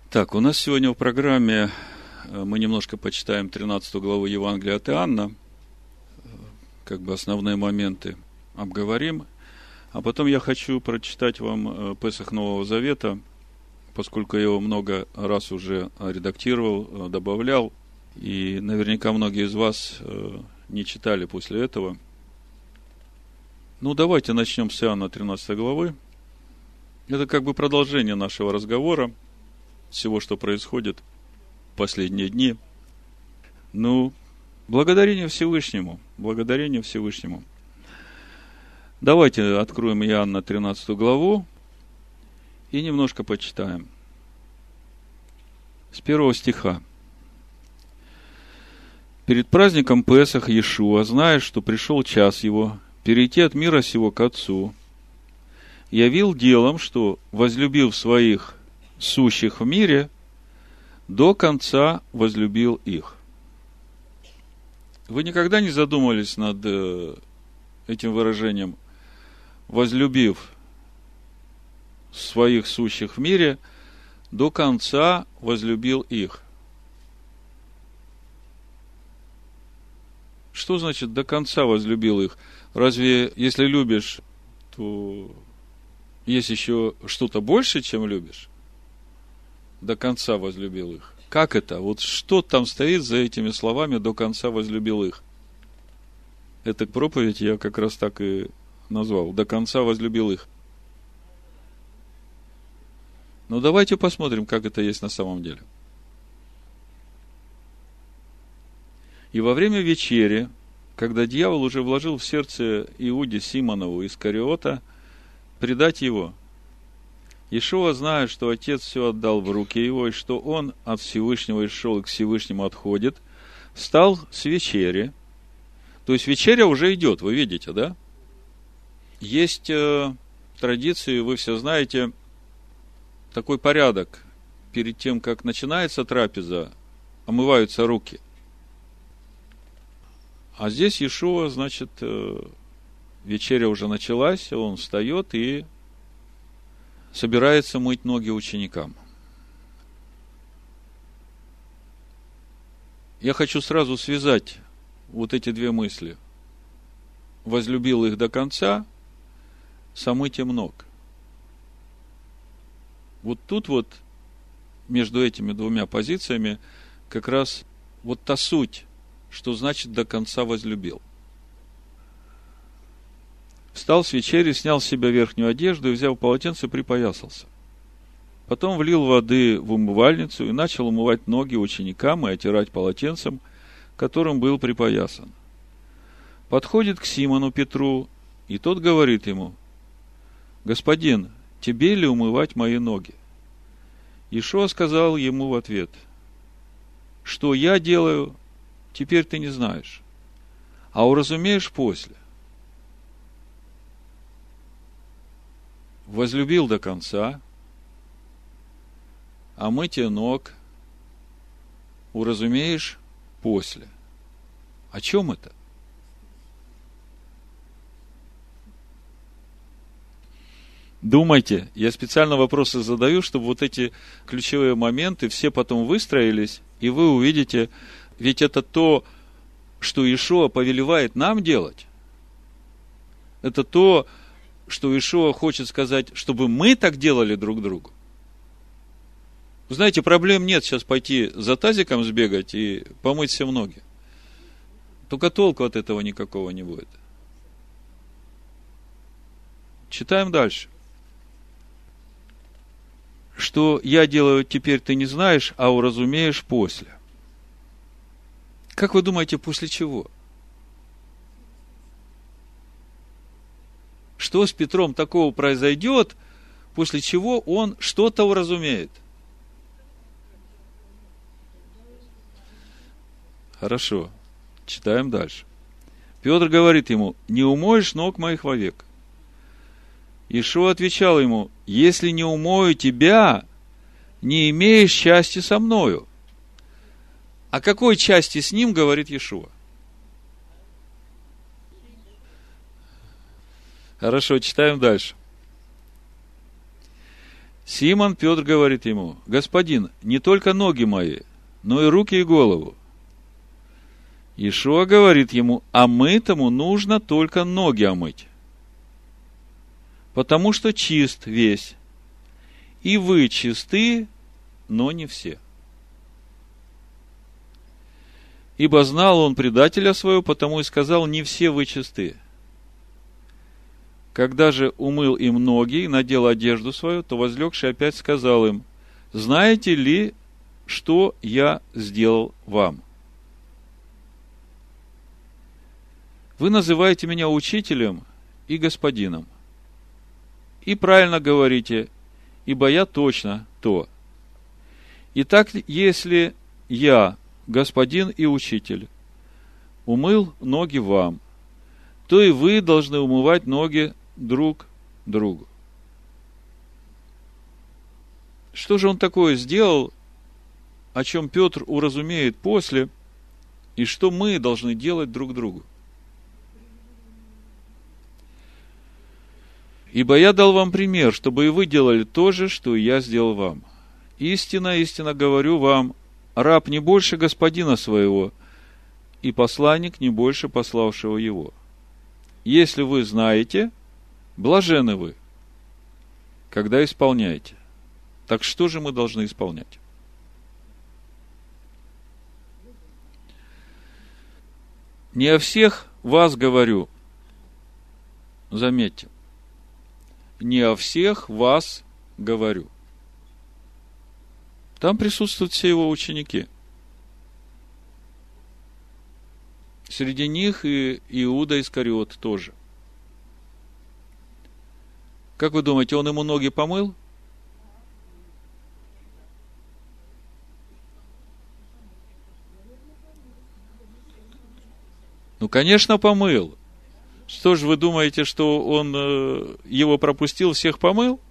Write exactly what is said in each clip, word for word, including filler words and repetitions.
Так, у нас сегодня в программе мы немножко почитаем тринадцатую главу Евангелия от Иоанна, как бы основные моменты обговорим, а потом я хочу прочитать вам Песах Нового Завета, поскольку я его много раз уже редактировал, добавлял, и наверняка многие из вас не читали после этого. Ну, давайте начнем с Иоанна тринадцатой главы. Это как бы продолжение нашего разговора, всего, что происходит в последние дни. Ну, благодарение Всевышнему, благодарение Всевышнему. Давайте откроем Иоанна тринадцатую главу и немножко почитаем. С первого стиха. «Перед праздником Песах Иешуа, зная, что пришел час его перейти от мира сего к Отцу, явил делом, что, возлюбив своих сущих в мире, до конца возлюбил их». Вы никогда не задумывались над этим выражением «возлюбив своих сущих в мире, до конца возлюбил их»? Что значит «до конца возлюбил их»? Разве, если любишь, то есть еще что-то больше, чем любишь? До конца возлюбил их. Как это? Вот что там стоит за этими словами «до конца возлюбил их»? Эту проповедь я как раз так и назвал. «До конца возлюбил их». Ну, давайте посмотрим, как это есть на самом деле. «И во время вечери, когда дьявол уже вложил в сердце Иуде Симонову Искариота предать его, Иешуа, зная, что Отец все отдал в руки его, и что он от Всевышнего и шел и к Всевышнему отходит, встал с вечери». То есть вечеря уже идет, вы видите, да? Есть э, традиции, вы все знаете, такой порядок. Перед тем, как начинается трапеза, омываются руки. А здесь Иешуа, значит, э, вечеря уже началась, он встает и собирается мыть ноги ученикам. Я хочу сразу связать вот эти две мысли. Возлюбил их до конца, с омытием ног. Вот тут вот, между этими двумя позициями, как раз вот та суть, что значит до конца возлюбил. Встал с вечери, снял с себя верхнюю одежду и, взяв полотенце, припоясался. Потом влил воды в умывальницу и начал умывать ноги ученикам и отирать полотенцем, которым был припоясан. Подходит к Симону Петру, и тот говорит ему: «Господин, тебе ли умывать мои ноги?» Иешуа сказал ему в ответ: «Что я делаю, теперь ты не знаешь, а уразумеешь после». Возлюбил до конца, а мытье ног уразумеешь после. О чем это? Думайте, я специально вопросы задаю, чтобы вот эти ключевые моменты все потом выстроились, и вы увидите, ведь это то, что Иешуа повелевает нам делать. Это то, что Иешуа хочет сказать, чтобы мы так делали друг другу. Вы знаете, проблем нет сейчас пойти за тазиком сбегать и помыть всем ноги. Только толку от этого никакого не будет. Читаем дальше. Что я делаю теперь ты не знаешь, а уразумеешь после. Как вы думаете, после чего? Что с Петром такого произойдет, после чего он что-то уразумеет? Хорошо, читаем дальше. Петр говорит ему: «Не умоешь ног моих вовек». Иешуа отвечал ему: «Если не умою тебя, не имеешь счастья со мною». О какой части с ним говорит Иешуа? Хорошо, читаем дальше. Симон Петр говорит ему: Господин, не только ноги мои, но и руки и голову. Иешуа говорит ему: а мытому нужно только ноги омыть, потому что чист весь, и вы чисты, но не все. Ибо знал он предателя своего, потому и сказал: не все вы чисты. Когда же умыл им ноги и надел одежду свою, то возлегший опять сказал им: знаете ли, что я сделал вам? Вы называете меня учителем и господином. И правильно говорите, ибо я точно то. Итак, если я, господин и учитель, умыл ноги вам, то и вы должны умывать ноги друг другу. Что же он такое сделал, о чем Петр уразумеет после, и что мы должны делать друг другу? Ибо я дал вам пример, чтобы и вы делали то же, что и я сделал вам. Истинно, истинно говорю вам, раб не больше господина своего, и посланник не больше пославшего его. Если вы знаете, блаженны вы, когда исполняете. Так что же мы должны исполнять? Не о всех вас говорю, заметьте, не о всех вас говорю. Там присутствуют все его ученики. Среди них и Иуда Искариот тоже. Как вы думаете, он ему ноги помыл? Ну, конечно, помыл. Что же вы думаете, что он э, его пропустил, всех помыл?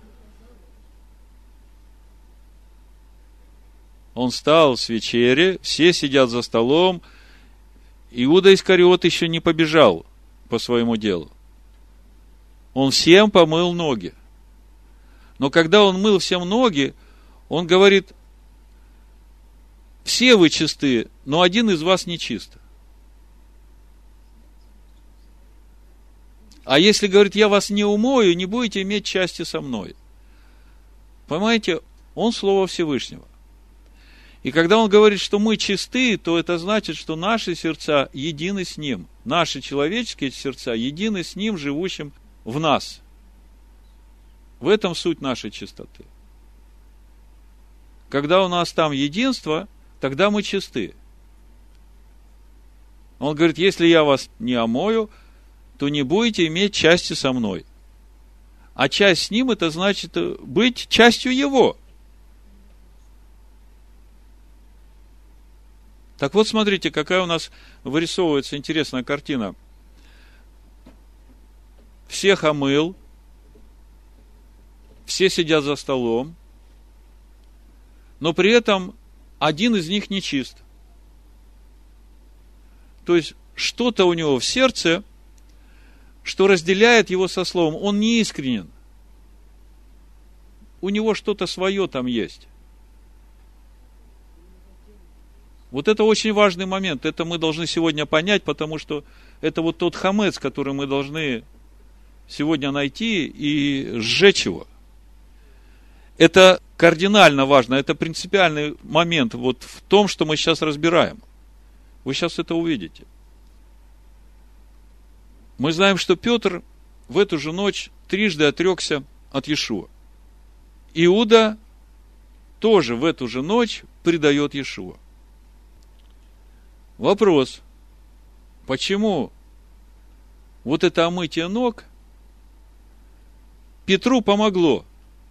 Он встал с вечери, все сидят за столом. Иуда Искариот еще не побежал по своему делу. Он всем помыл ноги. Но когда он мыл всем ноги, он говорит: все вы чисты, но один из вас нечист. А если, говорит, я вас не умою, не будете иметь части со мной. Понимаете, он Слово Всевышнего. И когда он говорит, что мы чисты, то это значит, что наши сердца едины с Ним. Наши человеческие сердца едины с Ним, живущим в нас. В этом суть нашей чистоты. Когда у нас там единство, тогда мы чисты. Он говорит: если я вас не омою, то не будете иметь части со мной. А часть с Ним, это значит быть частью Его. Так вот, смотрите, какая у нас вырисовывается интересная картина. Всех омыл, все сидят за столом, но при этом один из них нечист. То есть, что-то у него в сердце, что разделяет его со словом. Он не искренен. У него что-то свое там есть. Вот это очень важный момент. Это мы должны сегодня понять, потому что это вот тот хамец, который мы должны сегодня найти и сжечь его. Это кардинально важно, это принципиальный момент вот в том, что мы сейчас разбираем. Вы сейчас это увидите. Мы знаем, что Петр в эту же ночь трижды отрекся от Иешуа. Иуда тоже в эту же ночь предает Иешуа. Вопрос: почему вот это омытие ног Петру помогло,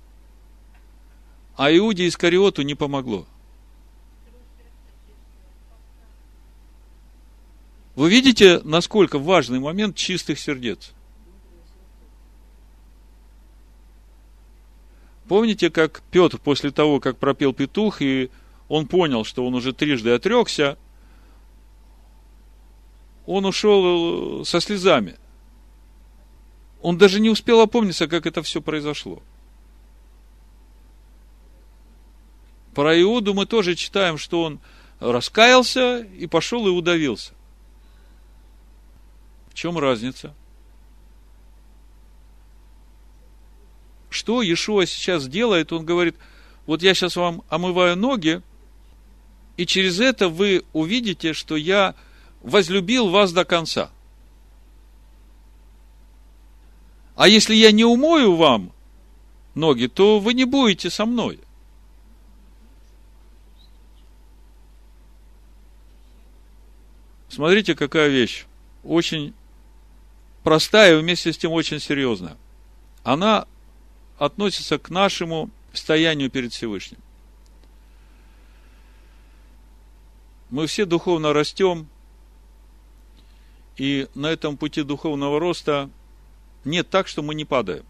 а Иуде Искариоту не помогло? Вы видите, насколько важный момент чистых сердец? Помните, как Петр после того, как пропел петух, и он понял, что он уже трижды отрекся, он ушел со слезами. Он даже не успел опомниться, как это все произошло. Про Иуду мы тоже читаем, что он раскаялся и пошел и удавился. В чем разница? Что Иешуа сейчас делает? Он говорит, вот я сейчас вам омываю ноги, и через это вы увидите, что я возлюбил вас до конца. А если я не умою вам ноги, то вы не будете со мной. Смотрите, какая вещь. Очень простая и вместе с тем очень серьезная. Она относится к нашему стоянию перед Всевышним. Мы все духовно растем, и на этом пути духовного роста нет так, что мы не падаем.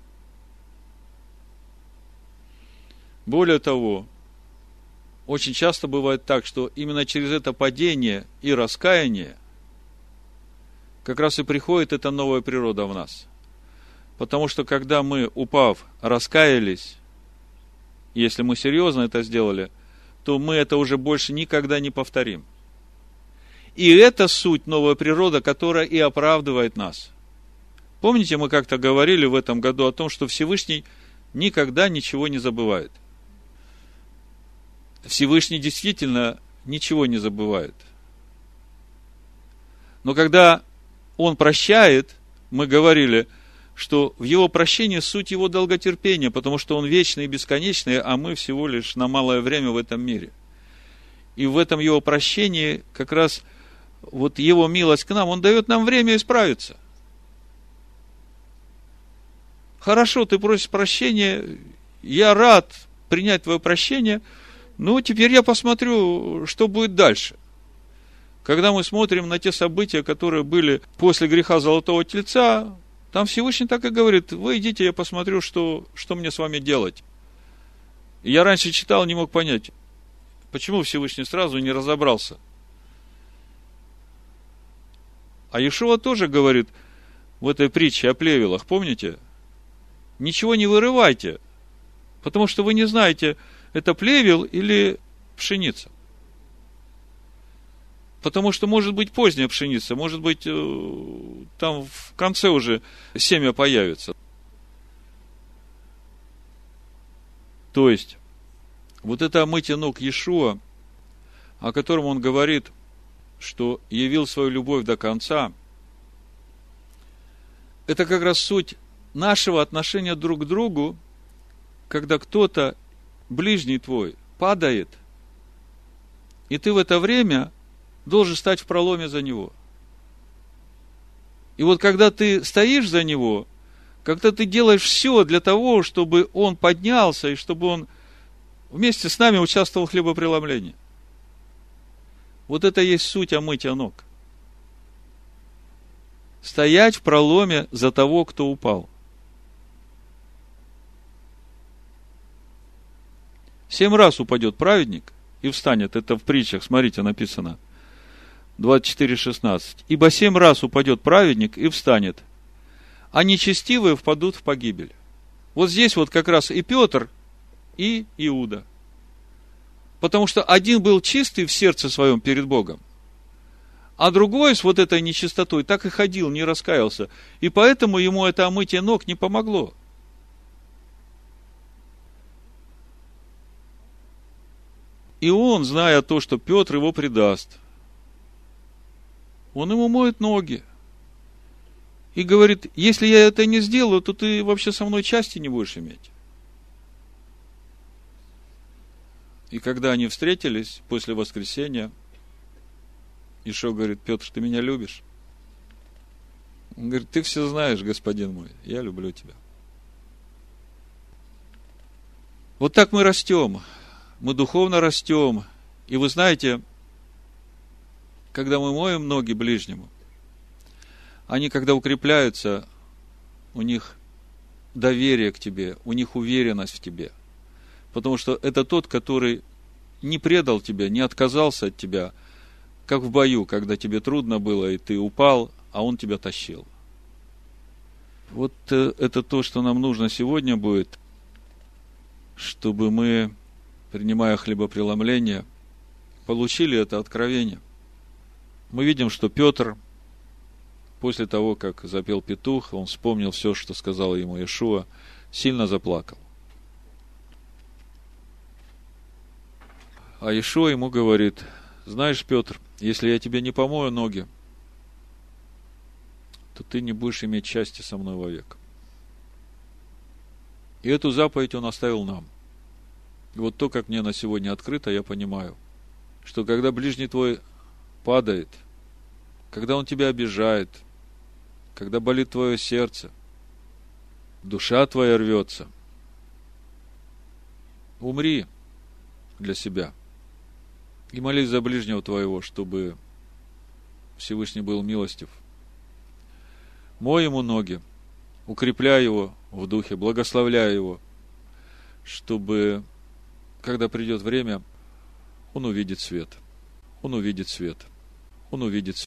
Более того, очень часто бывает так, что именно через это падение и раскаяние как раз и приходит эта новая природа в нас. Потому что когда мы, упав, раскаялись, если мы серьезно это сделали, то мы это уже больше никогда не повторим. И это суть новая природа, которая и оправдывает нас. Помните, мы как-то говорили в этом году о том, что Всевышний никогда ничего не забывает. Всевышний действительно ничего не забывает. Но когда Он прощает, мы говорили, что в Его прощении суть Его долготерпения, потому что Он вечный и бесконечный, а мы всего лишь на малое время в этом мире. И в этом Его прощении как раз вот Его милость к нам, Он дает нам время исправиться. Хорошо, ты просишь прощения, я рад принять твое прощение, ну, теперь я посмотрю, что будет дальше. Когда мы смотрим на те события, которые были после греха Золотого Тельца, там Всевышний так и говорит, вы идите, я посмотрю, что, что мне с вами делать. И я раньше читал, не мог понять, почему Всевышний сразу не разобрался. А Иешуа тоже говорит в этой притче о плевелах, помните? Ничего не вырывайте, потому что вы не знаете, это плевел или пшеница. Потому что может быть поздняя пшеница, может быть там в конце уже семя появится. То есть, вот это омытие ног Иешуа, о котором он говорит, что явил свою любовь до конца, это как раз суть нашего отношения друг к другу, когда кто-то, ближний твой, падает, и ты в это время должен стать в проломе за него. И вот когда ты стоишь за него, когда ты делаешь все для того, чтобы он поднялся, и чтобы он вместе с нами участвовал в хлебопреломлении. Вот это и есть суть омытия ног. Стоять в проломе за того, кто упал. Семь раз упадет праведник и встанет. Это в притчах, смотрите, написано. двадцать четыре шестнадцать. Ибо семь раз упадет праведник и встанет, а нечестивые впадут в погибель. Вот здесь вот как раз и Петр, и Иуда. Потому что один был чистый в сердце своем перед Богом, а другой с вот этой нечистотой так и ходил, не раскаялся. И поэтому ему это омытие ног не помогло. И он, зная то, что Петр его предаст, он ему моет ноги. И говорит, если я это не сделаю, то ты вообще со мной части не будешь иметь. И когда они встретились после воскресения, Иешуа говорит, Петр, ты меня любишь? Он говорит, ты все знаешь, господин мой, я люблю тебя. Вот так мы растем. Мы духовно растем. И вы знаете, когда мы моем ноги ближнему, они, когда укрепляются, у них доверие к тебе, у них уверенность в тебе. Потому что это тот, который не предал тебя, не отказался от тебя, как в бою, когда тебе трудно было, и ты упал, а он тебя тащил. Вот это то, что нам нужно сегодня будет, чтобы мы принимая хлебопреломление, получили это откровение. Мы видим, что Петр, после того, как запел петух, он вспомнил все, что сказал ему Иешуа, сильно заплакал. А Иешуа ему говорит: знаешь, Петр, если я тебе не помою ноги, то ты не будешь иметь счастья со мной вовек. И эту заповедь он оставил нам. И вот то, как мне на сегодня открыто, я понимаю, что когда ближний твой падает, когда он тебя обижает, когда болит твое сердце, душа твоя рвется, умри для себя и молись за ближнего твоего, чтобы Всевышний был милостив. Мой ему ноги, укрепляй его в духе, благословляй его, чтобы, когда придет время, он увидит свет. Он увидит свет. Он увидит свет.